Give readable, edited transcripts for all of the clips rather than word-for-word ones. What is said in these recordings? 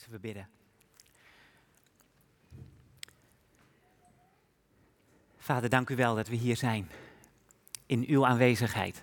Laten we bidden. Vader, dank u wel dat we hier zijn, in uw aanwezigheid.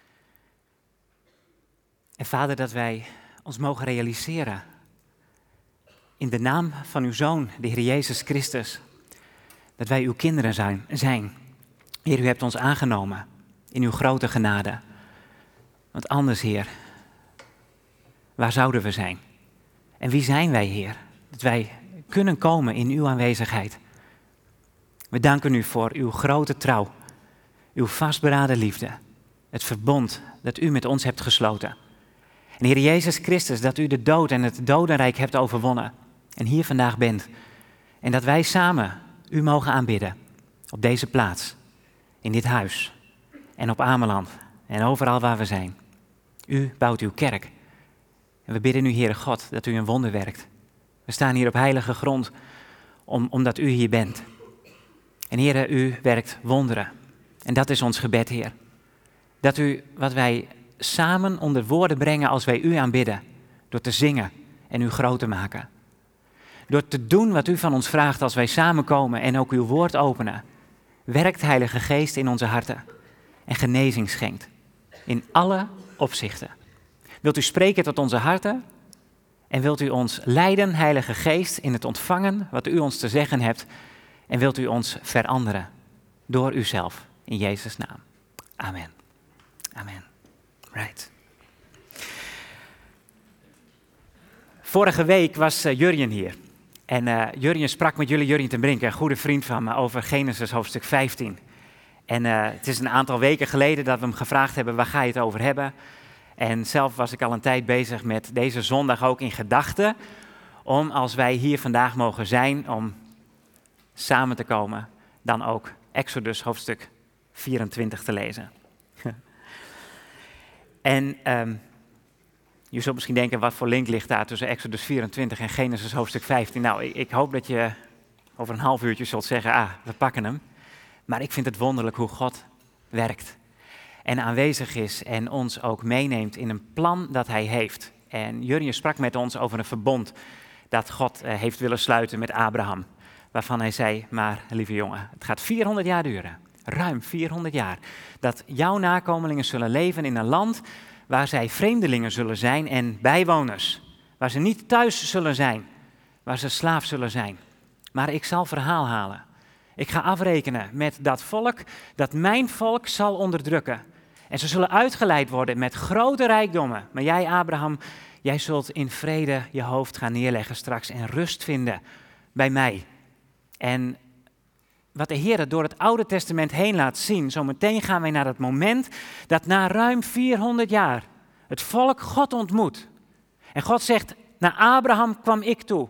En Vader, dat wij ons mogen realiseren, in de naam van uw Zoon, de Heer Jezus Christus, dat wij uw kinderen zijn. Heer, u hebt ons aangenomen in uw grote genade. Want anders, Heer, waar zouden we zijn? En wie zijn wij, Heer, dat wij kunnen komen in uw aanwezigheid? We danken u voor uw grote trouw, uw vastberaden liefde, het verbond dat u met ons hebt gesloten. En Heer Jezus Christus, dat u de dood en het dodenrijk hebt overwonnen en hier vandaag bent. En dat wij samen u mogen aanbidden op deze plaats, in dit huis en op Ameland en overal waar we zijn. U bouwt uw kerk. En we bidden u, Heere God, dat u een wonder werkt. We staan hier op heilige grond, omdat u hier bent. En Heere, u werkt wonderen. En dat is ons gebed, Heer. Dat u wat wij samen onder woorden brengen als wij u aanbidden. Door te zingen en u groot te maken. Door te doen wat u van ons vraagt als wij samenkomen en ook uw woord openen. Werkt, Heilige Geest, in onze harten. En genezing schenkt. In alle opzichten. Wilt u spreken tot onze harten? En wilt u ons leiden, Heilige Geest, in het ontvangen wat u ons te zeggen hebt? En wilt u ons veranderen door uzelf, in Jezus' naam. Amen. Amen. Right. Vorige week was Jurjen hier. En Jurjen sprak met jullie, Jurjen ten Brink, een goede vriend van me, over Genesis hoofdstuk 15. En het is een aantal weken geleden dat we hem gevraagd hebben, waar ga je het over hebben? En zelf was ik al een tijd bezig met deze zondag ook in gedachten, om als wij hier vandaag mogen zijn, om samen te komen, dan ook Exodus hoofdstuk 24 te lezen. En je zult misschien denken, wat voor link ligt daar tussen Exodus 24 en Genesis hoofdstuk 15? Nou, ik hoop dat je over een half uurtje zult zeggen, we pakken hem. Maar ik vind het wonderlijk hoe God werkt en aanwezig is en ons ook meeneemt in een plan dat hij heeft. En Jurjen sprak met ons over een verbond dat God heeft willen sluiten met Abraham. Waarvan hij zei, maar lieve jongen, het gaat 400 jaar duren. Ruim 400 jaar. Dat jouw nakomelingen zullen leven in een land waar zij vreemdelingen zullen zijn en bijwoners. Waar ze niet thuis zullen zijn. Waar ze slaaf zullen zijn. Maar ik zal verhaal halen. Ik ga afrekenen met dat volk dat mijn volk zal onderdrukken. En ze zullen uitgeleid worden met grote rijkdommen. Maar jij, Abraham, jij zult in vrede je hoofd gaan neerleggen straks en rust vinden bij mij. En wat de Heer door het Oude Testament heen laat zien, zometeen gaan wij naar het moment dat na ruim 400 jaar het volk God ontmoet. En God zegt, naar Abraham kwam ik toe.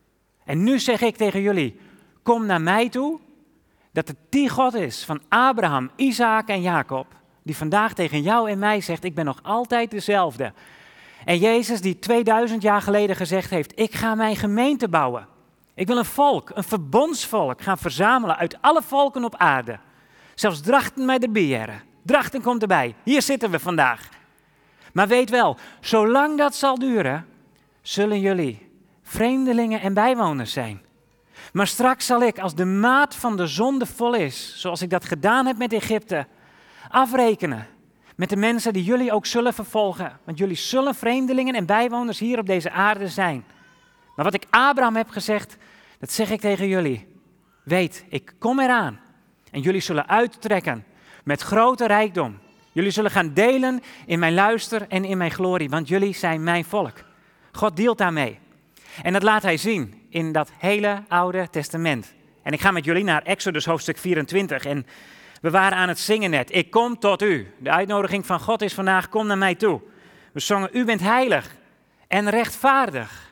En nu zeg ik tegen jullie, kom naar mij toe. Dat het die God is van Abraham, Isaac en Jacob, die vandaag tegen jou en mij zegt, ik ben nog altijd dezelfde. En Jezus die 2000 jaar geleden gezegd heeft, ik ga mijn gemeente bouwen. Ik wil een volk, een verbondsvolk gaan verzamelen uit alle volken op aarde. Zelfs Drachten mij erbij heren. Drachten komt erbij. Hier zitten we vandaag. Maar weet wel, zolang dat zal duren, zullen jullie vreemdelingen en bijwoners zijn. Maar straks zal ik, als de maat van de zonde vol is, zoals ik dat gedaan heb met Egypte, afrekenen met de mensen die jullie ook zullen vervolgen. Want jullie zullen vreemdelingen en bijwoners hier op deze aarde zijn. Maar wat ik Abraham heb gezegd, dat zeg ik tegen jullie. Weet, ik kom eraan. En jullie zullen uittrekken met grote rijkdom. Jullie zullen gaan delen in mijn luister en in mijn glorie, want jullie zijn mijn volk. God dealt daarmee. En dat laat hij zien in dat hele Oude Testament. En ik ga met jullie naar Exodus hoofdstuk 24. En we waren aan het zingen net. Ik kom tot u. De uitnodiging van God is vandaag, kom naar mij toe. We zongen, u bent heilig en rechtvaardig.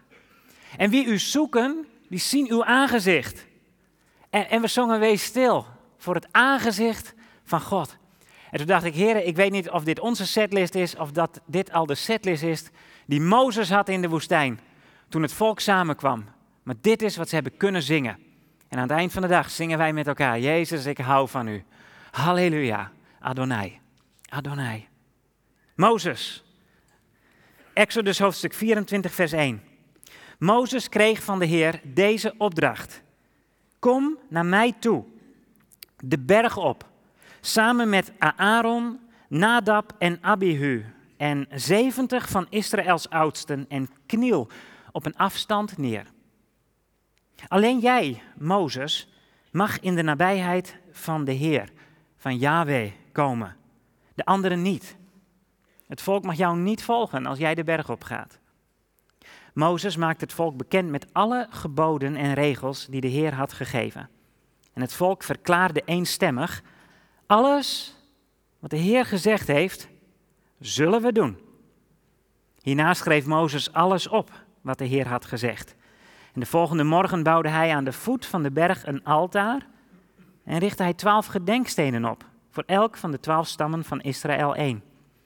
En wie u zoeken, die zien uw aangezicht. En we zongen, wees stil voor het aangezicht van God. En toen dacht ik, heren, ik weet niet of dit onze setlist is, of dat dit al de setlist is die Mozes had in de woestijn, toen het volk samenkwam. Maar dit is wat ze hebben kunnen zingen. En aan het eind van de dag zingen wij met elkaar, Jezus, ik hou van u. Halleluja, Adonai, Adonai. Mozes, Exodus hoofdstuk 24 vers 1. Mozes kreeg van de Heer deze opdracht. Kom naar mij toe, de berg op, samen met Aaron, Nadab en Abihu en 70 van Israëls oudsten en kniel op een afstand neer. Alleen jij, Mozes, mag in de nabijheid van de Heer, van Yahweh, komen. De anderen niet. Het volk mag jou niet volgen als jij de berg op gaat. Mozes maakt het volk bekend met alle geboden en regels die de Heer had gegeven. En het volk verklaarde eenstemmig, alles wat de Heer gezegd heeft, zullen we doen. Hierna schreef Mozes alles op wat de Heer had gezegd. En de volgende morgen bouwde hij aan de voet van de berg een altaar en richtte hij 12 gedenkstenen op, voor elk van de 12 stammen van Israël 1.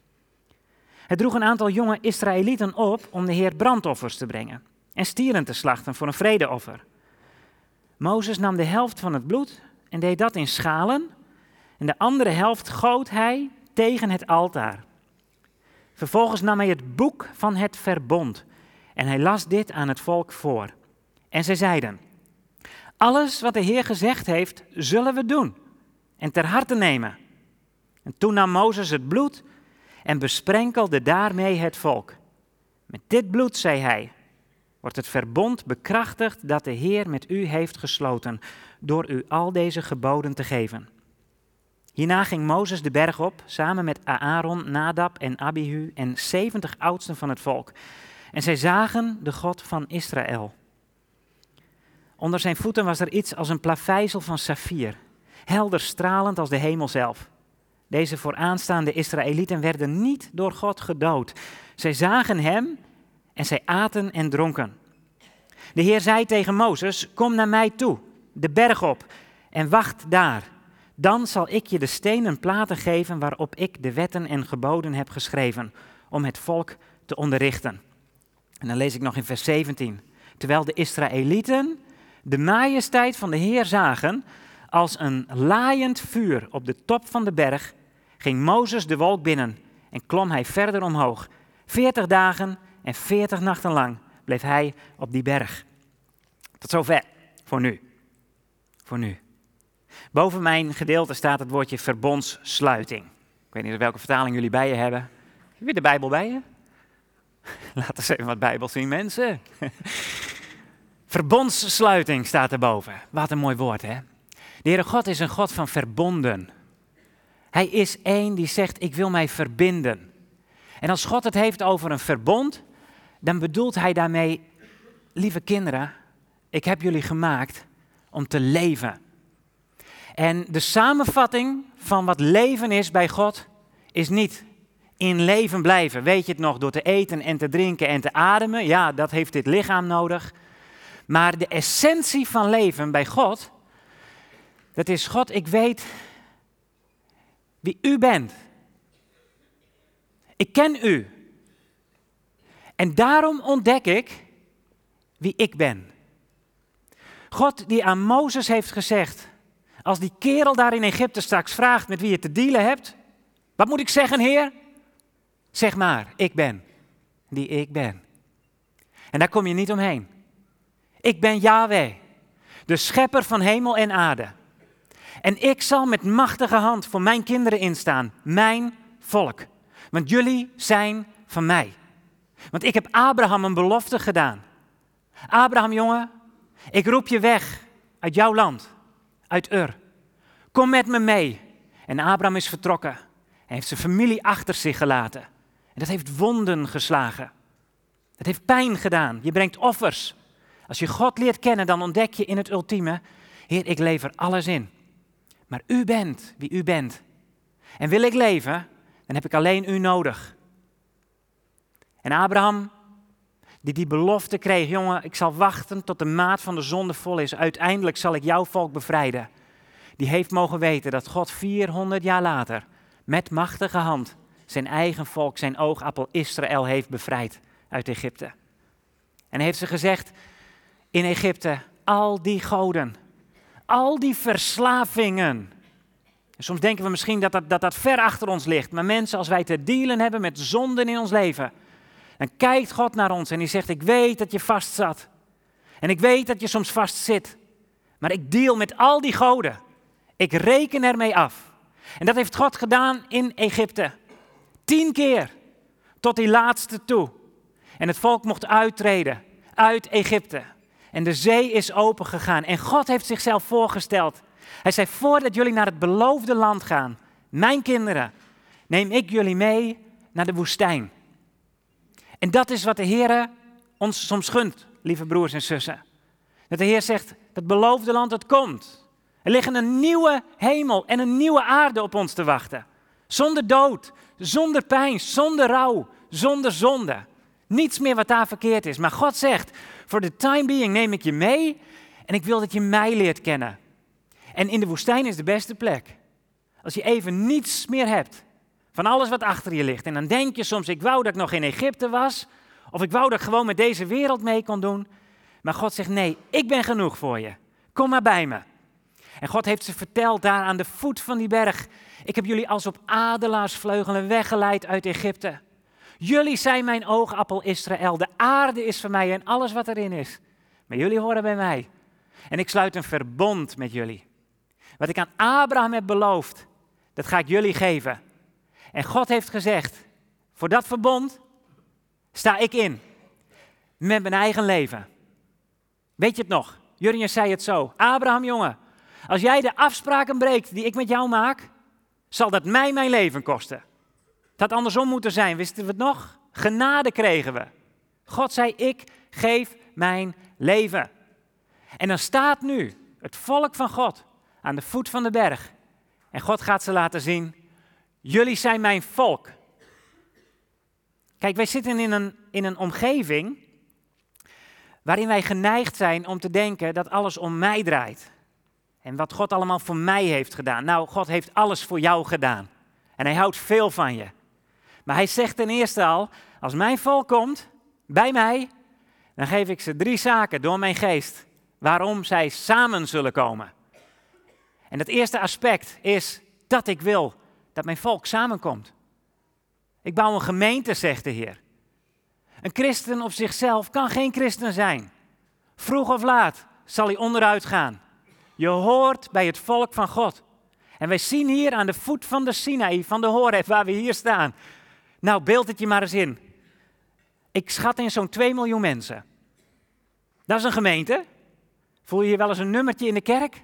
Hij droeg een aantal jonge Israëlieten op om de Heer brandoffers te brengen en stieren te slachten voor een vredeoffer. Mozes nam de helft van het bloed en deed dat in schalen en de andere helft goot hij tegen het altaar. Vervolgens nam hij het boek van het verbond en hij las dit aan het volk voor. En zij zeiden, alles wat de Heer gezegd heeft, zullen we doen en ter harte nemen. En toen nam Mozes het bloed en besprenkelde daarmee het volk. Met dit bloed, zei hij, wordt het verbond bekrachtigd dat de Heer met u heeft gesloten, door u al deze geboden te geven. Hierna ging Mozes de berg op, samen met Aaron, Nadab en Abihu en 70 oudsten van het volk. En zij zagen de God van Israël. Onder zijn voeten was er iets als een plaveisel van saffier, helder stralend als de hemel zelf. Deze vooraanstaande Israëlieten werden niet door God gedood. Zij zagen hem en zij aten en dronken. De Heer zei tegen Mozes, kom naar mij toe, de berg op, en wacht daar. Dan zal ik je de stenen platen geven waarop ik de wetten en geboden heb geschreven, om het volk te onderrichten. En dan lees ik nog in vers 17. Terwijl de Israëlieten de majesteit van de Heer zagen, als een laaiend vuur op de top van de berg, ging Mozes de wolk binnen en klom hij verder omhoog. 40 dagen en 40 nachten lang bleef hij op die berg. Tot zover, voor nu. Voor nu. Boven mijn gedeelte staat het woordje verbondssluiting. Ik weet niet welke vertaling jullie bij je hebben. Heb je de Bijbel bij je? Laat eens even wat Bijbel zien, mensen. Verbondssluiting staat erboven. Wat een mooi woord, hè? De Heere God is een God van verbonden. Hij is één die zegt, ik wil mij verbinden. En als God het heeft over een verbond, dan bedoelt hij daarmee, lieve kinderen, ik heb jullie gemaakt om te leven. En de samenvatting van wat leven is bij God, is niet in leven blijven. Weet je het nog, door te eten en te drinken en te ademen? Ja, dat heeft dit lichaam nodig. Maar de essentie van leven bij God, dat is God, ik weet wie u bent. Ik ken u. En daarom ontdek ik wie ik ben. God die aan Mozes heeft gezegd, als die kerel daar in Egypte straks vraagt met wie je te dealen hebt, wat moet ik zeggen, Heer? Zeg maar, ik ben die ik ben. En daar kom je niet omheen. Ik ben Yahweh, de schepper van hemel en aarde. En ik zal met machtige hand voor mijn kinderen instaan, mijn volk. Want jullie zijn van mij. Want ik heb Abraham een belofte gedaan. Abraham, jongen, ik roep je weg uit jouw land, uit Ur. Kom met me mee. En Abraham is vertrokken. Hij heeft zijn familie achter zich gelaten. En dat heeft wonden geslagen. Dat heeft pijn gedaan. Je brengt offers. Als je God leert kennen, dan ontdek je in het ultieme, Heer, ik lever alles in. Maar u bent wie u bent. En wil ik leven, dan heb ik alleen u nodig. En Abraham, die belofte kreeg, jongen, ik zal wachten tot de maat van de zonde vol is. Uiteindelijk zal ik jouw volk bevrijden. Die heeft mogen weten dat God 400 jaar later met machtige hand zijn eigen volk, zijn oogappel Israël heeft bevrijd uit Egypte. En heeft ze gezegd in Egypte, al die goden, al die verslavingen. En soms denken we misschien dat ver achter ons ligt. Maar mensen, als wij te dealen hebben met zonden in ons leven, Dan kijkt God naar ons en hij zegt, ik weet dat je vast zat. En ik weet dat je soms vast zit. Maar ik deal met al die goden. Ik reken ermee af. En dat heeft God gedaan in Egypte. 10 keer. Tot die laatste toe. En het volk mocht uittreden uit Egypte. En de zee is open gegaan. En God heeft zichzelf voorgesteld. Hij zei, voordat jullie naar het beloofde land gaan, mijn kinderen, neem ik jullie mee naar de woestijn. En dat is wat de Heer ons soms gunt, lieve broers en zussen. Dat de Heer zegt, het beloofde land, het komt. Er liggen een nieuwe hemel en een nieuwe aarde op ons te wachten. Zonder dood, zonder pijn, zonder rouw, zonder zonde. Niets meer wat daar verkeerd is. Maar God zegt, voor the time being neem ik je mee en ik wil dat je mij leert kennen. En in de woestijn is de beste plek. Als je even niets meer hebt van alles wat achter je ligt. En dan denk je soms, ik wou dat ik nog in Egypte was. Of ik wou dat ik gewoon met deze wereld mee kon doen. Maar God zegt, nee, ik ben genoeg voor je. Kom maar bij me. En God heeft ze verteld daar aan de voet van die berg. Ik heb jullie als op adelaarsvleugelen weggeleid uit Egypte. Jullie zijn mijn oogappel Israël. De aarde is van mij en alles wat erin is. Maar jullie horen bij mij. En ik sluit een verbond met jullie. Wat ik aan Abraham heb beloofd, dat ga ik jullie geven. En God heeft gezegd, voor dat verbond sta ik in. Met mijn eigen leven. Weet je het nog? Jurjen zei het zo. Abraham, jongen, als jij de afspraken breekt die ik met jou maak, zal dat mij mijn leven kosten. Het had andersom moeten zijn, wisten we het nog? Genade kregen we. God zei, ik geef mijn leven. En dan staat nu het volk van God aan de voet van de berg. En God gaat ze laten zien, jullie zijn mijn volk. Kijk, wij zitten in een omgeving waarin wij geneigd zijn om te denken dat alles om mij draait. En wat God allemaal voor mij heeft gedaan. Nou, God heeft alles voor jou gedaan. En hij houdt veel van je. Maar hij zegt ten eerste al, als mijn volk komt bij mij, dan geef ik ze 3 zaken door mijn geest. Waarom zij samen zullen komen. En het eerste aspect is dat ik wil dat mijn volk samenkomt. Ik bouw een gemeente, zegt de Heer. Een christen op zichzelf kan geen christen zijn. Vroeg of laat zal hij onderuit gaan. Je hoort bij het volk van God. En wij zien hier aan de voet van de Sinaï, van de Horeb, waar we hier staan. Nou, beeld het je maar eens in. Ik schat in zo'n 2 miljoen mensen. Dat is een gemeente. Voel je hier wel eens een nummertje in de kerk?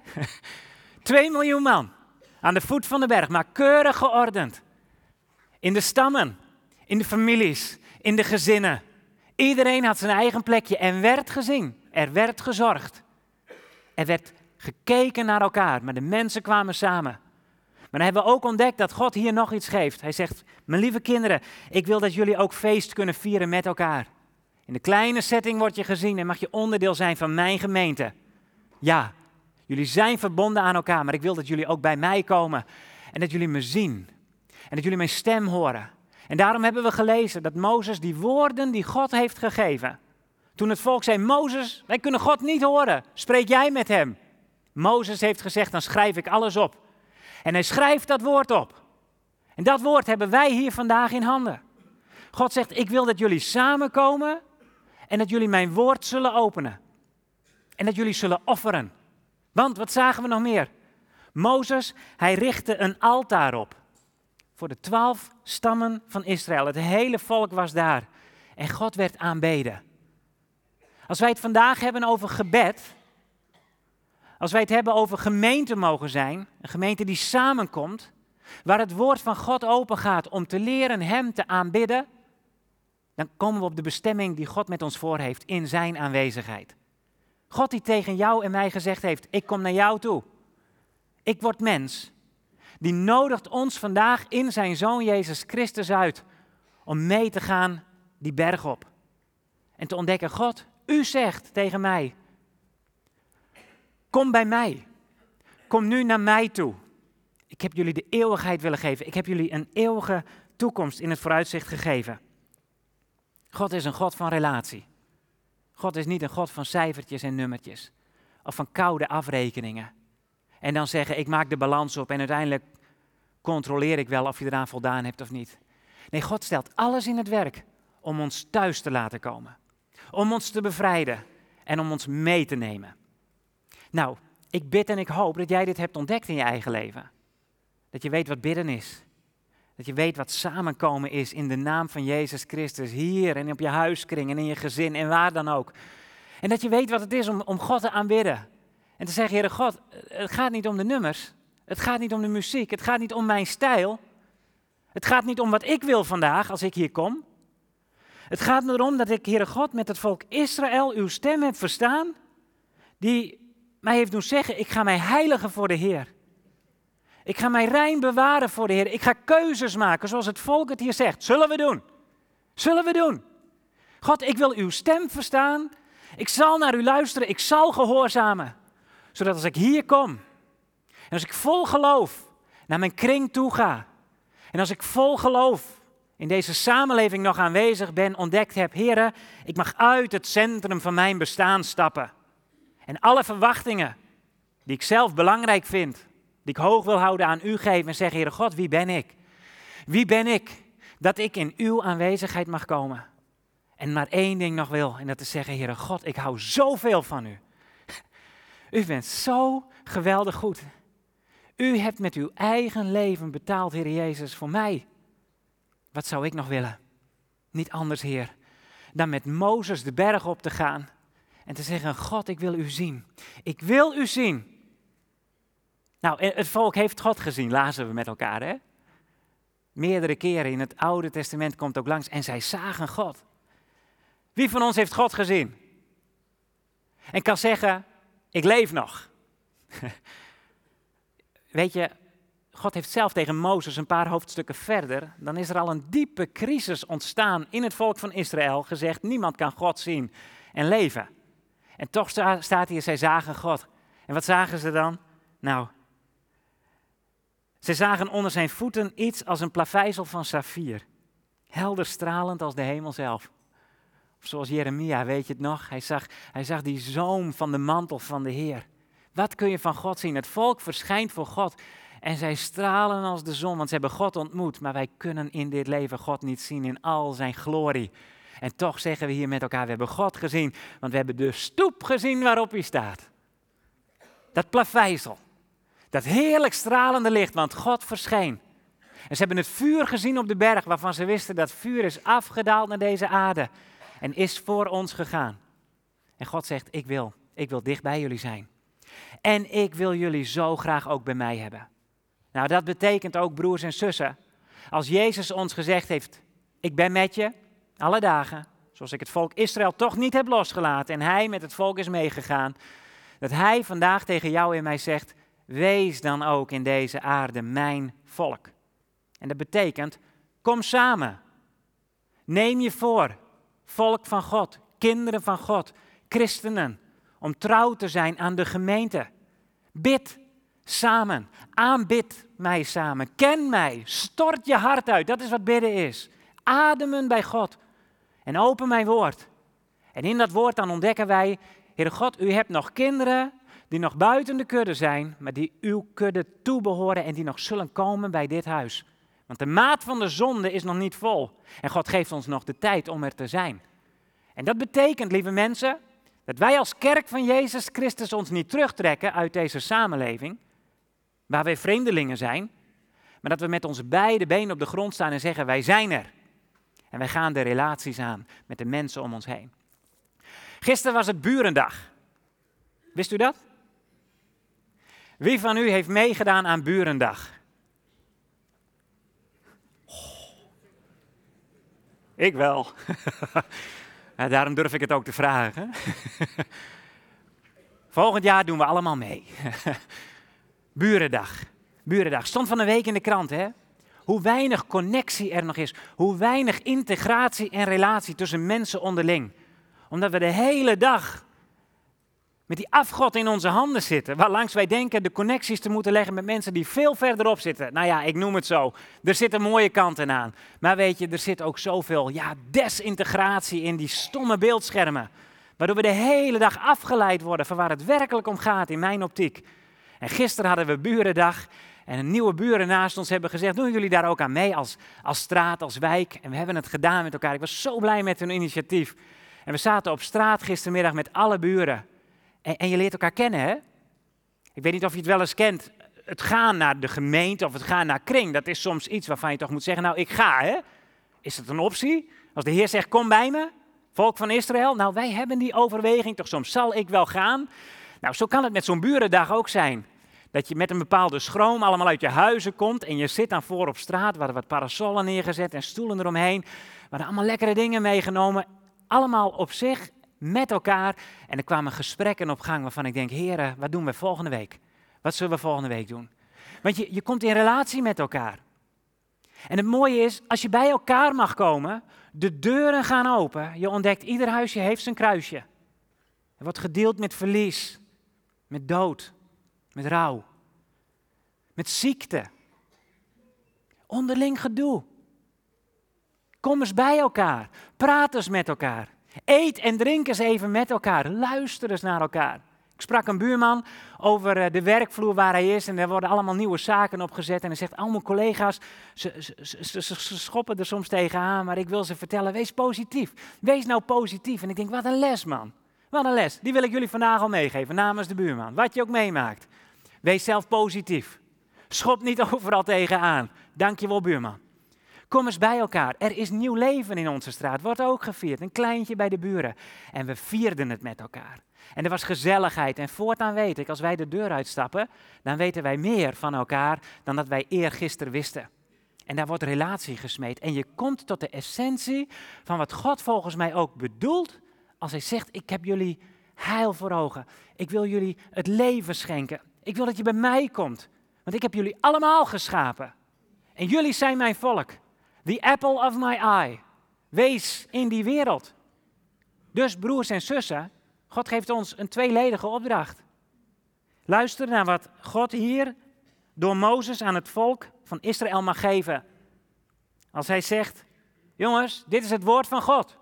2 miljoen man. Aan de voet van de berg, maar keurig geordend. In de stammen, in de families, in de gezinnen. Iedereen had zijn eigen plekje en werd gezien. Er werd gezorgd. Er werd gekeken naar elkaar, maar de mensen kwamen samen. Maar dan hebben we ook ontdekt dat God hier nog iets geeft. Hij zegt, mijn lieve kinderen, ik wil dat jullie ook feest kunnen vieren met elkaar. In de kleine setting word je gezien en mag je onderdeel zijn van mijn gemeente. Ja, jullie zijn verbonden aan elkaar, maar ik wil dat jullie ook bij mij komen. En dat jullie me zien. En dat jullie mijn stem horen. En daarom hebben we gelezen dat Mozes die woorden die God heeft gegeven. Toen het volk zei, Mozes, wij kunnen God niet horen. Spreek jij met hem. Mozes heeft gezegd, dan schrijf ik alles op. En hij schrijft dat woord op. En dat woord hebben wij hier vandaag in handen. God zegt, ik wil dat jullie samenkomen en dat jullie mijn woord zullen openen. En dat jullie zullen offeren. Want, wat zagen we nog meer? Mozes, hij richtte een altaar op. Voor de 12 stammen van Israël. Het hele volk was daar. En God werd aanbeden. Als wij het vandaag hebben over gebed. Als wij het hebben over gemeente mogen zijn. Een gemeente die samenkomt. Waar het woord van God open gaat om te leren hem te aanbidden. Dan komen we op de bestemming die God met ons voor heeft in zijn aanwezigheid. God die tegen jou en mij gezegd heeft, ik kom naar jou toe. Ik word mens. Die nodigt ons vandaag in zijn Zoon Jezus Christus uit om mee te gaan die berg op. En te ontdekken, God, u zegt tegen mij, kom bij mij. Kom nu naar mij toe. Ik heb jullie de eeuwigheid willen geven. Ik heb jullie een eeuwige toekomst in het vooruitzicht gegeven. God is een God van relatie. God is niet een God van cijfertjes en nummertjes. Of van koude afrekeningen. En dan zeggen, ik maak de balans op en uiteindelijk controleer ik wel of je eraan voldaan hebt of niet. Nee, God stelt alles in het werk om ons thuis te laten komen. Om ons te bevrijden en om ons mee te nemen. Nou, ik bid en ik hoop dat jij dit hebt ontdekt in je eigen leven. Dat je weet wat bidden is. Dat je weet wat samenkomen is in de naam van Jezus Christus. Hier en op je huiskring en in je gezin en waar dan ook. En dat je weet wat het is om God te aanbidden. En te zeggen, Heere God, het gaat niet om de nummers. Het gaat niet om de muziek. Het gaat niet om mijn stijl. Het gaat niet om wat ik wil vandaag als ik hier kom. Het gaat erom dat ik, Heere God, met het volk Israël uw stem heb verstaan. Die mij heeft doen zeggen, ik ga mij heiligen voor de Heer. Ik ga mij rein bewaren voor de Heer. Ik ga keuzes maken zoals het volk het hier zegt. Zullen we doen? Zullen we doen? God, ik wil uw stem verstaan. Ik zal naar u luisteren. Ik zal gehoorzamen. Zodat als ik hier kom en als ik vol geloof naar mijn kring toe ga. En als ik vol geloof in deze samenleving nog aanwezig ben, ontdekt heb, Heere, ik mag uit het centrum van mijn bestaan stappen. En alle verwachtingen die ik zelf belangrijk vind, die ik hoog wil houden aan u geven en zeggen, Heere God, wie ben ik? Wie ben ik dat ik in uw aanwezigheid mag komen? En maar één ding nog wil, en dat is zeggen, Heere God, ik hou zoveel van u. U bent zo geweldig goed. U hebt met uw eigen leven betaald, Heer Jezus, voor mij. Wat zou ik nog willen? Niet anders, Heer, dan met Mozes de berg op te gaan en te zeggen, God, ik wil u zien. Ik wil u zien. Nou, het volk heeft God gezien, lazen we met elkaar, hè? Meerdere keren in het Oude Testament komt ook langs en zij zagen God. Wie van ons heeft God gezien? En kan zeggen, ik leef nog. Weet je, God heeft zelf tegen Mozes een paar hoofdstukken verder, dan is er al een diepe crisis ontstaan in het volk van Israël, gezegd, niemand kan God zien en leven. En toch staat hier, zij zagen God. En wat zagen ze dan? Nou, ze zagen onder zijn voeten iets als een plaveisel van saffier, helder stralend als de hemel zelf. Of zoals Jeremia, weet je het nog? Hij zag die zoom van de mantel van de Heer. Wat kun je van God zien? Het volk verschijnt voor God en zij stralen als de zon, want ze hebben God ontmoet. Maar wij kunnen in dit leven God niet zien in al zijn glorie. En toch zeggen we hier met elkaar, we hebben God gezien, want we hebben de stoep gezien waarop hij staat. Dat plaveisel, dat heerlijk stralende licht, want God verscheen. En ze hebben het vuur gezien op de berg, waarvan ze wisten dat vuur is afgedaald naar deze aarde en is voor ons gegaan. En God zegt, ik wil dicht bij jullie zijn. En ik wil jullie zo graag ook bij mij hebben. Nou, dat betekent ook, broers en zussen, als Jezus ons gezegd heeft, ik ben met je alle dagen, zoals ik het volk Israël toch niet heb losgelaten en hij met het volk is meegegaan, dat hij vandaag tegen jou en mij zegt, wees dan ook in deze aarde mijn volk. En dat betekent, kom samen. Neem je voor, volk van God, kinderen van God, christenen, om trouw te zijn aan de gemeente. Bid samen, aanbid mij samen, ken mij, stort je hart uit, dat is wat bidden is. Ademen bij God en open mijn woord. En in dat woord dan ontdekken wij, Heere God, u hebt nog kinderen die nog buiten de kudde zijn, maar die uw kudde toebehoren en die nog zullen komen bij dit huis. Want de maat van de zonde is nog niet vol. En God geeft ons nog de tijd om er te zijn. En dat betekent, lieve mensen, dat wij als kerk van Jezus Christus ons niet terugtrekken uit deze samenleving, waar wij vreemdelingen zijn, maar dat we met onze beide benen op de grond staan en zeggen, wij zijn er. En wij gaan de relaties aan met de mensen om ons heen. Gisteren was het Burendag. Wist u dat? Wie van u heeft meegedaan aan Burendag? Ik wel. Ja, daarom durf ik het ook te vragen. Volgend jaar doen we allemaal mee. Burendag. Burendag. Stond van een week in de krant, hè? Hoe weinig connectie er nog is. Hoe weinig integratie en relatie tussen mensen onderling. Omdat we de hele dag met die afgod in onze handen zitten. Waarlangs wij denken de connecties te moeten leggen met mensen die veel verderop zitten. Nou ja, ik noem het zo. Er zitten mooie kanten aan. Maar weet je, er zit ook zoveel desintegratie in die stomme beeldschermen. Waardoor we de hele dag afgeleid worden van waar het werkelijk om gaat in mijn optiek. En gisteren hadden we Burendag En een nieuwe buren naast ons hebben gezegd, doen jullie daar ook aan mee als straat, als wijk? En we hebben het gedaan met elkaar. Ik was zo blij met hun initiatief. En we zaten op straat gistermiddag met alle buren. En je leert elkaar kennen, hè? Ik weet niet of je het wel eens kent. Het gaan naar de gemeente of het gaan naar kring, dat is soms iets waarvan je toch moet zeggen, nou ik ga, hè? Is dat een optie? Als de Heer zegt, kom bij me, volk van Israël. Nou, wij hebben die overweging toch soms, zal ik wel gaan? Nou, zo kan het met zo'n burendag ook zijn. Dat je met een bepaalde schroom allemaal uit je huizen komt en je zit dan voor op straat, waar er wat parasollen neergezet en stoelen eromheen. We hadden allemaal lekkere dingen meegenomen, allemaal op zich, met elkaar. En er kwamen gesprekken op gang waarvan ik denk, Heere, wat doen we volgende week? Wat zullen we volgende week doen? Want je komt in relatie met elkaar. En het mooie is, als je bij elkaar mag komen, de deuren gaan open. Je ontdekt, ieder huisje heeft zijn kruisje. Er wordt gedeeld met verlies, met dood, met rouw, met ziekte. Onderling gedoe. Kom eens bij elkaar, praat eens met elkaar. Eet en drink eens even met elkaar, luister eens naar elkaar. Ik sprak een buurman over de werkvloer waar hij is en er worden allemaal nieuwe zaken opgezet. En hij zegt, al mijn collega's, ze schoppen er soms tegenaan, maar ik wil ze vertellen, wees positief. Wees nou positief. En ik denk, wat een les man, wat een les. Die wil ik jullie vandaag al meegeven namens de buurman. Wat je ook meemaakt, wees zelf positief. Schop niet overal tegenaan. Dankjewel buurman. Kom eens bij elkaar. Er is nieuw leven in onze straat. Wordt ook gevierd. Een kleintje bij de buren. En we vierden het met elkaar. En er was gezelligheid. En voortaan weet ik, als wij de deur uitstappen, dan weten wij meer van elkaar dan dat wij eergisteren wisten. En daar wordt relatie gesmeed. En je komt tot de essentie van wat God volgens mij ook bedoelt als hij zegt, ik heb jullie heil voor ogen. Ik wil jullie het leven schenken. Ik wil dat je bij mij komt. Want ik heb jullie allemaal geschapen. En jullie zijn mijn volk. The apple of my eye. Wees in die wereld. Dus broers en zussen, God geeft ons een tweeledige opdracht. Luister naar wat God hier door Mozes aan het volk van Israël mag geven. Als hij zegt, jongens, dit is het woord van God.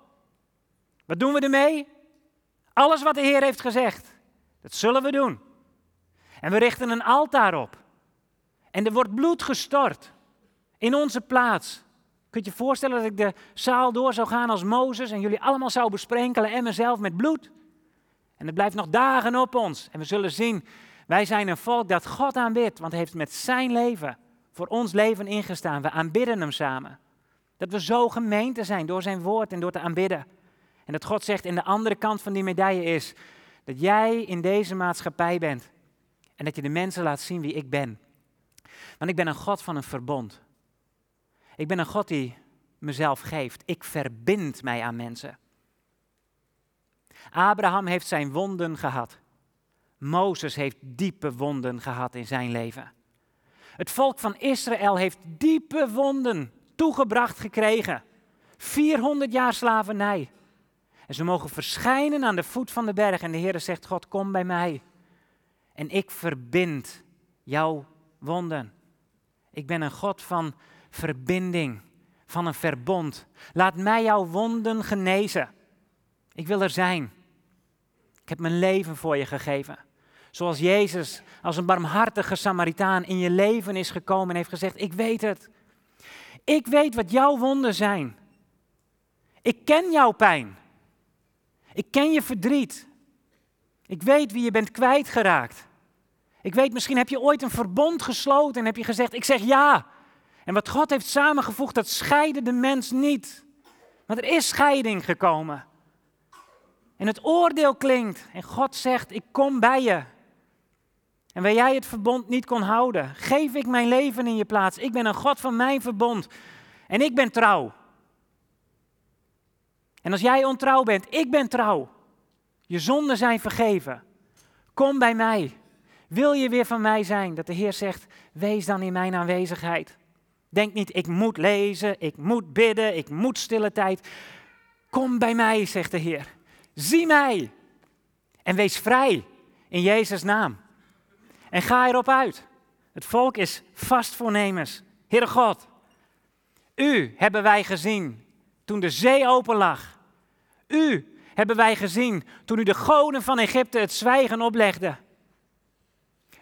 Wat doen we ermee? Alles wat de Heer heeft gezegd, dat zullen we doen. En we richten een altaar op. En er wordt bloed gestort in onze plaats. Kunt je je voorstellen dat ik de zaal door zou gaan als Mozes en jullie allemaal zou besprenkelen en mezelf met bloed? En het blijft nog dagen op ons. En we zullen zien, wij zijn een volk dat God aanbidt, want hij heeft met zijn leven voor ons leven ingestaan. We aanbidden hem samen. Dat we zo gemeente zijn door zijn woord en door te aanbidden. En dat God zegt, en de andere kant van die medaille is, dat jij in deze maatschappij bent. En dat je de mensen laat zien wie ik ben. Want ik ben een God van een verbond. Ik ben een God die mezelf geeft. Ik verbind mij aan mensen. Abraham heeft zijn wonden gehad. Mozes heeft diepe wonden gehad in zijn leven. Het volk van Israël heeft diepe wonden toegebracht gekregen. 400 jaar slavernij. En ze mogen verschijnen aan de voet van de berg. En de Heer zegt, God, kom bij mij. En ik verbind jouw wonden. Ik ben een God van verbinding, van een verbond. Laat mij jouw wonden genezen. Ik wil er zijn. Ik heb mijn leven voor je gegeven. Zoals Jezus als een barmhartige Samaritaan in je leven is gekomen en heeft gezegd, ik weet het. Ik weet wat jouw wonden zijn. Ik ken jouw pijn. Ik ken je verdriet. Ik weet wie je bent kwijtgeraakt. Ik weet, misschien heb je ooit een verbond gesloten en heb je gezegd, ik zeg ja. En wat God heeft samengevoegd, dat scheidde de mens niet. Want er is scheiding gekomen. En het oordeel klinkt en God zegt, ik kom bij je. En waar jij het verbond niet kon houden, geef ik mijn leven in je plaats. Ik ben een God van mijn verbond en ik ben trouw. En als jij ontrouw bent, ik ben trouw. Je zonden zijn vergeven. Kom bij mij. Wil je weer van mij zijn? Dat de Heer zegt, wees dan in mijn aanwezigheid. Denk niet, ik moet lezen, ik moet bidden, ik moet stille tijd. Kom bij mij, zegt de Heer. Zie mij. En wees vrij in Jezus' naam. En ga erop uit. Het volk is vast voornemens. Heere God, u hebben wij gezien toen de zee open lag. U hebben wij gezien toen u de goden van Egypte het zwijgen oplegde.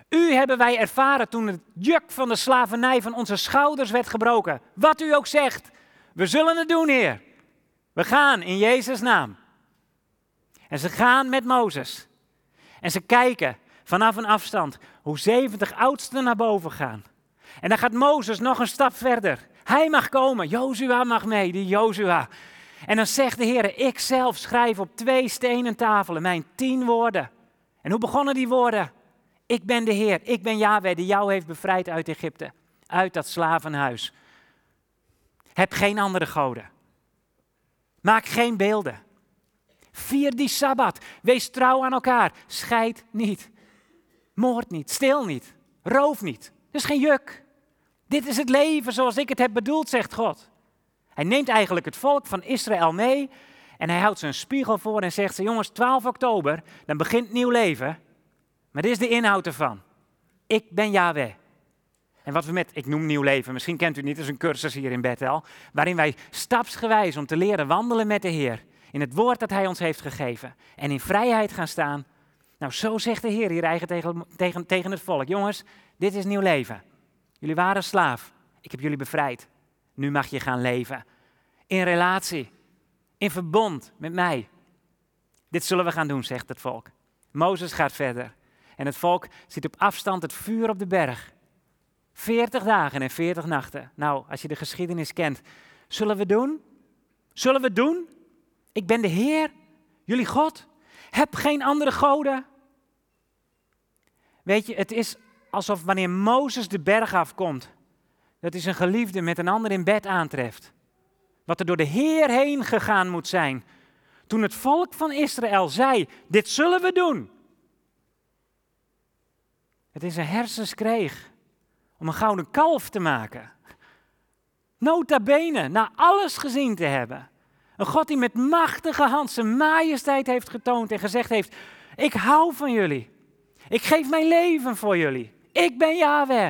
U hebben wij ervaren toen het juk van de slavernij van onze schouders werd gebroken. Wat u ook zegt, we zullen het doen, Heer. We gaan in Jezus' naam. En ze gaan met Mozes. En ze kijken vanaf een afstand hoe 70 oudsten naar boven gaan. En dan gaat Mozes nog een stap verder. Hij mag komen, Jozua mag mee, die Jozua. En dan zegt de Heer, ik zelf schrijf op 2 stenen tafelen mijn 10 woorden. En hoe begonnen die woorden? Ik ben de Heer, ik ben Yahweh die jou heeft bevrijd uit Egypte. Uit dat slavenhuis. Heb geen andere goden. Maak geen beelden. Vier die Sabbat. Wees trouw aan elkaar. Scheid niet. Moord niet. Steel niet. Roof niet. Dat is geen juk. Dit is het leven zoals ik het heb bedoeld, zegt God. Hij neemt eigenlijk het volk van Israël mee en hij houdt ze een spiegel voor en zegt ze, jongens, 12 oktober, dan begint nieuw leven. Maar dit is de inhoud ervan. Ik ben Yahweh. En wat we met, ik noem nieuw leven, misschien kent u het niet, dat is een cursus hier in Bethel, waarin wij stapsgewijs om te leren wandelen met de Heer, in het woord dat Hij ons heeft gegeven en in vrijheid gaan staan. Nou, zo zegt de Heer hier eigenlijk tegen het volk. Jongens, dit is nieuw leven. Jullie waren slaaf. Ik heb jullie bevrijd. Nu mag je gaan leven. In relatie. In verbond met mij. Dit zullen we gaan doen, zegt het volk. Mozes gaat verder. En het volk ziet op afstand het vuur op de berg. 40 dagen en 40 nachten. Nou, als je de geschiedenis kent. Zullen we doen? Zullen we doen? Ik ben de Heer, jullie God. Heb geen andere goden. Weet je, het is alsof wanneer Mozes de berg afkomt, dat hij zijn geliefde met een ander in bed aantreft. Wat er door de Heer heen gegaan moet zijn. Toen het volk van Israël zei, dit zullen we doen. Het in zijn hersens kreeg om een gouden kalf te maken. Nota bene, na alles gezien te hebben. Een God die met machtige hand zijn majesteit heeft getoond en gezegd heeft, ik hou van jullie. Ik geef mijn leven voor jullie. Ik ben Yahweh.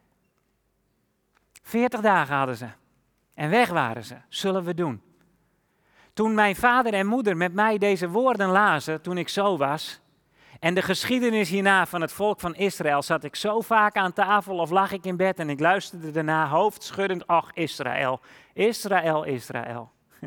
40 dagen hadden ze. En weg waren ze. Zullen we doen. Toen mijn vader en moeder met mij deze woorden lazen, toen ik zo was, en de geschiedenis hierna van het volk van Israël, zat ik zo vaak aan tafel of lag ik in bed en ik luisterde daarna hoofdschuddend, ach Israël, Israël, Israël.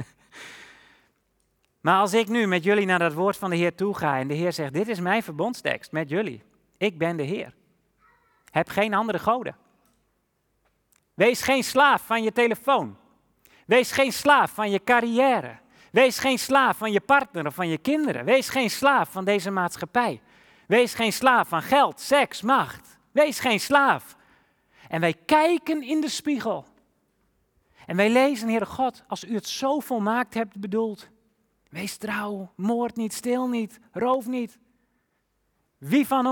Maar als ik nu met jullie naar dat woord van de Heer toe ga en de Heer zegt, dit is mijn verbondstekst met jullie. Ik ben de Heer. Heb geen andere goden. Wees geen slaaf van je telefoon. Wees geen slaaf van je carrière. Wees geen slaaf van je partner of van je kinderen. Wees geen slaaf van deze maatschappij. Wees geen slaaf van geld, seks, macht. Wees geen slaaf. En wij kijken in de spiegel. En wij lezen, Heere God, als u het zo volmaakt hebt bedoeld. Wees trouw, moord niet, steel niet, roof niet. Wie van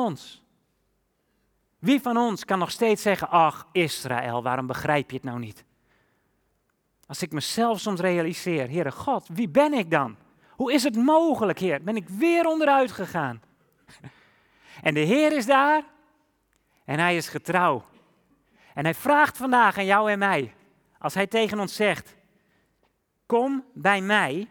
ons kan nog steeds zeggen, ach Israël, waarom begrijp je het nou niet? Als ik mezelf soms realiseer, Heere God, wie ben ik dan? Hoe is het mogelijk, Heer? Ben ik weer onderuit gegaan? En de Heer is daar en Hij is getrouw. En Hij vraagt vandaag aan jou en mij, als Hij tegen ons zegt, kom bij mij.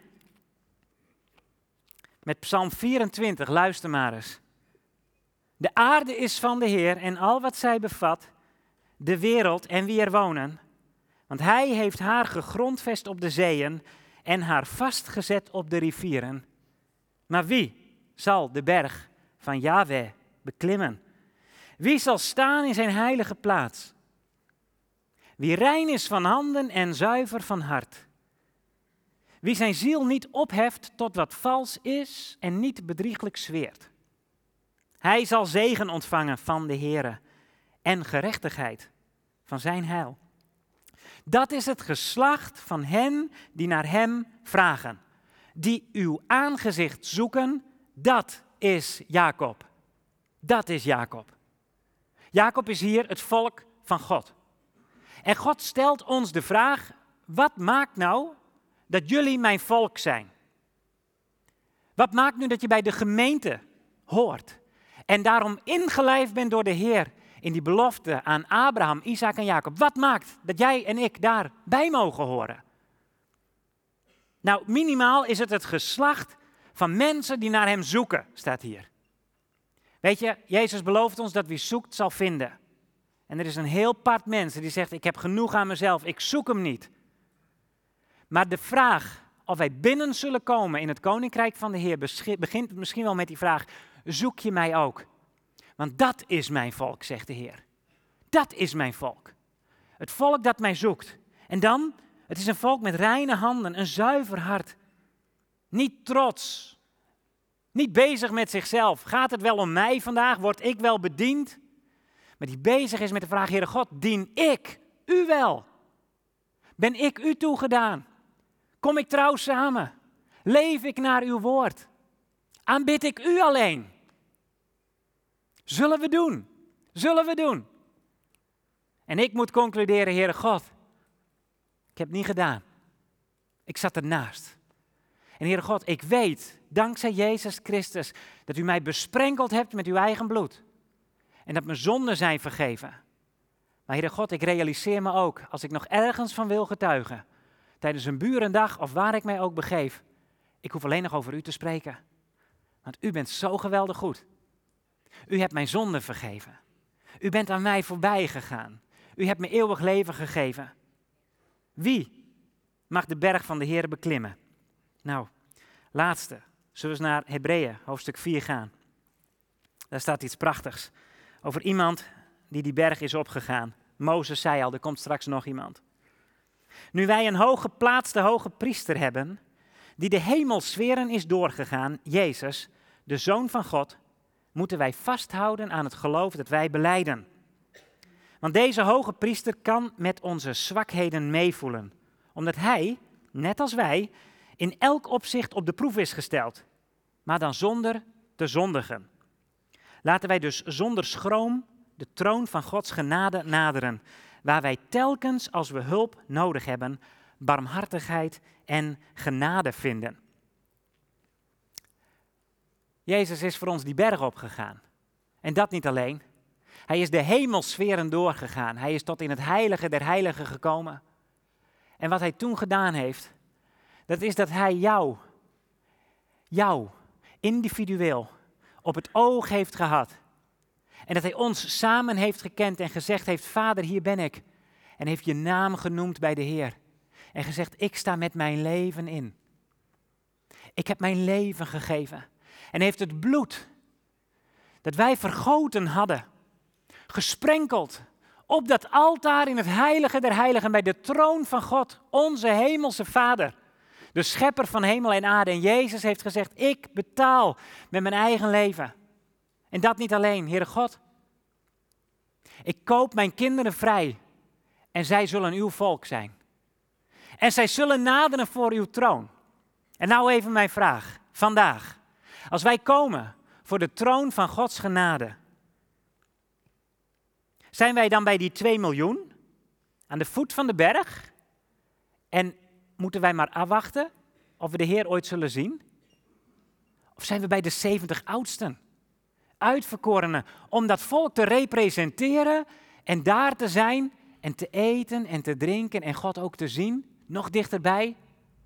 Met Psalm 24, luister maar eens. De aarde is van de Heer en al wat zij bevat, de wereld en wie er wonen. Want Hij heeft haar gegrondvest op de zeeën en haar vastgezet op de rivieren. Maar wie zal de berg van Yahweh beklimmen? Wie zal staan in zijn heilige plaats? Wie rein is van handen en zuiver van hart. Wie zijn ziel niet opheft tot wat vals is en niet bedrieglijk zweert. Hij zal zegen ontvangen van de Heere en gerechtigheid van zijn heil. Dat is het geslacht van hen die naar hem vragen. Die uw aangezicht zoeken, dat is Jacob. Dat is Jacob. Jacob is hier het volk van God. En God stelt ons de vraag, wat maakt nou dat jullie mijn volk zijn? Wat maakt nu dat je bij de gemeente hoort? En daarom ingelijfd bent door de Heer in die belofte aan Abraham, Isaac en Jacob. Wat maakt dat jij en ik daarbij mogen horen? Nou, minimaal is het geslacht van mensen die naar hem zoeken, staat hier. Weet je, Jezus belooft ons dat wie zoekt zal vinden. En er is een heel part mensen die zegt, ik heb genoeg aan mezelf, ik zoek hem niet. Maar de vraag of wij binnen zullen komen in het koninkrijk van de Heer begint misschien wel met die vraag, zoek je mij ook? Want dat is mijn volk, zegt de Heer. Dat is mijn volk. Het volk dat mij zoekt. En dan, het is een volk met reine handen, een zuiver hart. Niet trots. Niet bezig met zichzelf. Gaat het wel om mij vandaag? Word ik wel bediend? Maar die bezig is met de vraag, Heere God, dien ik u wel? Ben ik u toegedaan? Kom ik trouw samen? Leef ik naar uw woord? Aanbid ik u alleen? Zullen we doen? Zullen we doen? En ik moet concluderen, Heere God, ik heb het niet gedaan. Ik zat ernaast. En Heere God, ik weet, dankzij Jezus Christus, dat u mij besprenkeld hebt met uw eigen bloed. En dat mijn zonden zijn vergeven. Maar Heere God, ik realiseer me ook, als ik nog ergens van wil getuigen, tijdens een burendag of waar ik mij ook begeef, ik hoef alleen nog over u te spreken. Want u bent zo geweldig goed. U hebt mijn zonden vergeven. U bent aan mij voorbij gegaan. U hebt me eeuwig leven gegeven. Wie mag de berg van de Heer beklimmen? Nou, laatste. Zullen we eens naar Hebreeën, hoofdstuk 4 gaan. Daar staat iets prachtigs. Over iemand die berg is opgegaan. Mozes zei al, er komt straks nog iemand. Nu wij een hooggeplaatste hoge priester hebben, die de hemelsferen is doorgegaan, Jezus, de Zoon van God, moeten wij vasthouden aan het geloof dat wij belijden. Want deze hoge priester kan met onze zwakheden meevoelen, omdat hij, net als wij, in elk opzicht op de proef is gesteld, maar dan zonder te zondigen. Laten wij dus zonder schroom de troon van Gods genade naderen, waar wij telkens als we hulp nodig hebben, barmhartigheid en genade vinden. Jezus is voor ons die berg opgegaan. En dat niet alleen. Hij is de hemelsferen doorgegaan. Hij is tot in het heilige der heiligen gekomen. En wat hij toen gedaan heeft, dat is dat hij jou individueel op het oog heeft gehad. En dat hij ons samen heeft gekend en gezegd heeft, Vader, hier ben ik. En heeft je naam genoemd bij de Heer. En gezegd, ik sta met mijn leven in. Ik heb mijn leven gegeven. En heeft het bloed dat wij vergoten hadden, gesprenkeld op dat altaar in het heilige der heiligen bij de troon van God, onze hemelse Vader. De schepper van hemel en aarde. En Jezus heeft gezegd, ik betaal met mijn eigen leven. En dat niet alleen, Heere God. Ik koop mijn kinderen vrij en zij zullen uw volk zijn. En zij zullen naderen voor uw troon. En nou even mijn vraag, vandaag. Als wij komen voor de troon van Gods genade, zijn wij dan bij die 2 miljoen aan de voet van de berg? En moeten wij maar afwachten of we de Heer ooit zullen zien? Of zijn we bij de 70 oudsten, uitverkorenen, om dat volk te representeren en daar te zijn en te eten en te drinken en God ook te zien, nog dichterbij?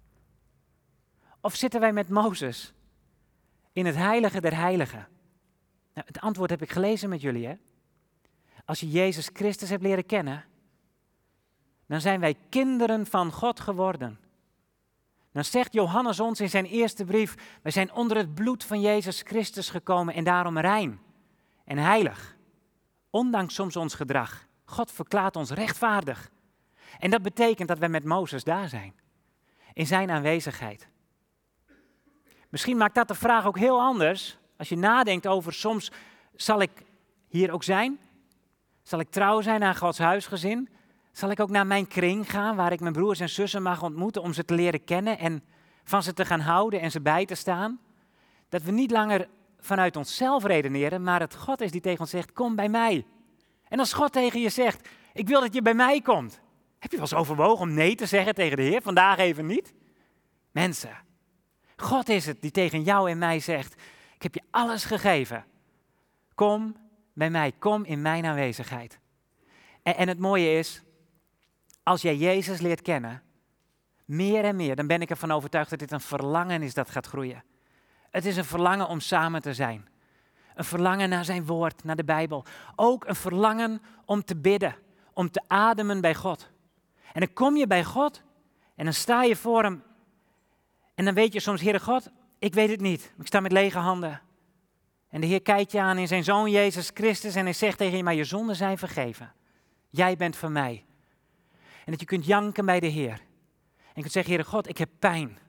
Of zitten wij met Mozes in het heilige der heiligen? Nou, het antwoord heb ik gelezen met jullie, hè? Als je Jezus Christus hebt leren kennen, dan zijn wij kinderen van God geworden. Dan zegt Johannes ons in zijn eerste brief, wij zijn onder het bloed van Jezus Christus gekomen en daarom rein en heilig. Ondanks soms ons gedrag. God verklaart ons rechtvaardig. En dat betekent dat wij met Mozes daar zijn. In zijn aanwezigheid. Misschien maakt dat de vraag ook heel anders. Als je nadenkt over soms, zal ik hier ook zijn? Zal ik trouw zijn aan Gods huisgezin? Zal ik ook naar mijn kring gaan, waar ik mijn broers en zussen mag ontmoeten om ze te leren kennen en van ze te gaan houden en ze bij te staan? Dat we niet langer vanuit onszelf redeneren, maar het God is die tegen ons zegt, kom bij mij. En als God tegen je zegt, ik wil dat je bij mij komt. Heb je wel eens overwogen om nee te zeggen tegen de Heer? Vandaag even niet. Mensen, God is het die tegen jou en mij zegt, ik heb je alles gegeven. Kom bij mij, kom in mijn aanwezigheid. En het mooie is, als jij Jezus leert kennen, meer en meer, dan ben ik ervan overtuigd dat dit een verlangen is dat gaat groeien. Het is een verlangen om samen te zijn. Een verlangen naar zijn woord, naar de Bijbel. Ook een verlangen om te bidden, om te ademen bij God. En dan kom je bij God en dan sta je voor hem. En dan weet je soms, Heere God, ik weet het niet. Ik sta met lege handen. En de Heer kijkt je aan in zijn Zoon Jezus Christus en hij zegt tegen je, maar je zonden zijn vergeven. Jij bent van mij. En dat je kunt janken bij de Heer. En je kunt zeggen, Heere God, ik heb pijn.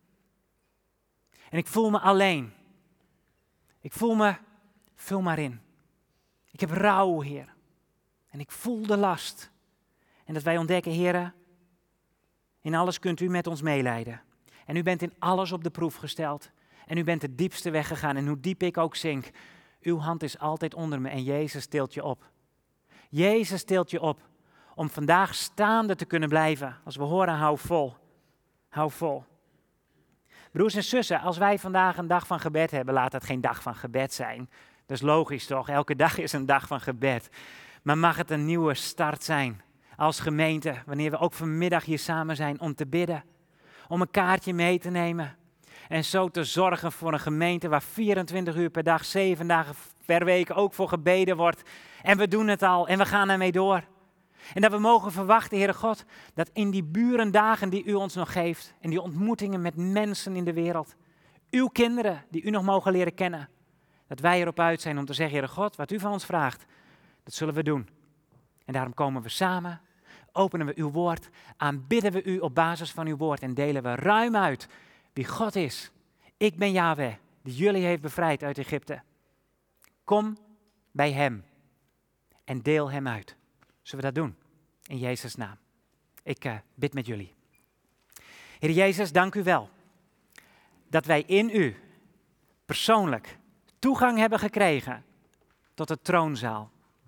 En ik voel me alleen. Ik voel me, vul maar in. Ik heb rouw, Heer. En ik voel de last. En dat wij ontdekken, Heere, in alles kunt u met ons meelijden. En u bent in alles op de proef gesteld. En u bent de diepste weg gegaan. En hoe diep ik ook zink, uw hand is altijd onder me. En Jezus tilt je op. Jezus tilt je op om vandaag staande te kunnen blijven. Als we horen, hou vol. Hou vol. Broers en zussen, als wij vandaag een dag van gebed hebben, laat het geen dag van gebed zijn. Dat is logisch toch? Elke dag is een dag van gebed. Maar mag het een nieuwe start zijn als gemeente, wanneer we ook vanmiddag hier samen zijn om te bidden. Om een kaartje mee te nemen. En zo te zorgen voor een gemeente waar 24 uur per dag, 7 dagen per week ook voor gebeden wordt. En we doen het al en we gaan ermee door. En dat we mogen verwachten, Heere God, dat in die burendagen die u ons nog geeft, en die ontmoetingen met mensen in de wereld, uw kinderen die u nog mogen leren kennen, dat wij erop uit zijn om te zeggen, Heere God, wat u van ons vraagt, dat zullen we doen. En daarom komen we samen, openen we uw woord, aanbidden we u op basis van uw woord en delen we ruim uit wie God is. Ik ben Yahweh, die jullie heeft bevrijd uit Egypte. Kom bij hem en deel hem uit. Zullen we dat doen? In Jezus' naam. Ik bid met jullie. Heer Jezus, dank u wel dat wij in u persoonlijk toegang hebben gekregen tot de troonzaal.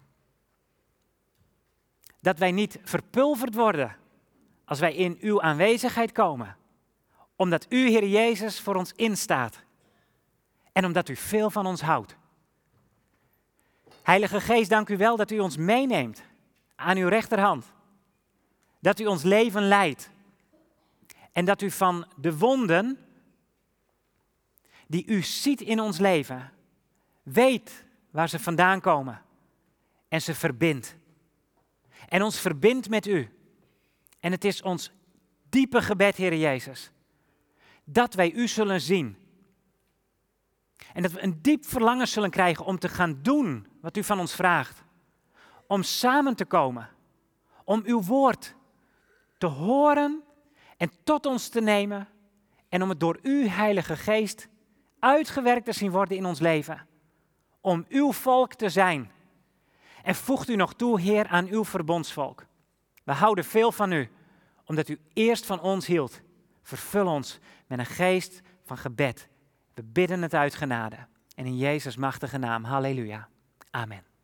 Dat wij niet verpulverd worden als wij in uw aanwezigheid komen. Omdat u, Heer Jezus, voor ons instaat. En omdat u veel van ons houdt. Heilige Geest, dank u wel dat u ons meeneemt aan uw rechterhand. Dat u ons leven leidt. En dat u van de wonden die u ziet in ons leven, weet waar ze vandaan komen. En ze verbindt. En ons verbindt met u. En het is ons diepe gebed, Heer Jezus, dat wij u zullen zien. En dat we een diep verlangen zullen krijgen om te gaan doen wat u van ons vraagt. Om samen te komen. Om uw woord te horen en tot ons te nemen. En om het door uw Heilige Geest uitgewerkt te zien worden in ons leven. Om uw volk te zijn. En voegt u nog toe, Heer, aan uw verbondsvolk. We houden veel van u, omdat u eerst van ons hield. Vervul ons met een geest van gebed. We bidden het uit genade. En in Jezus' machtige naam, halleluja. Amen.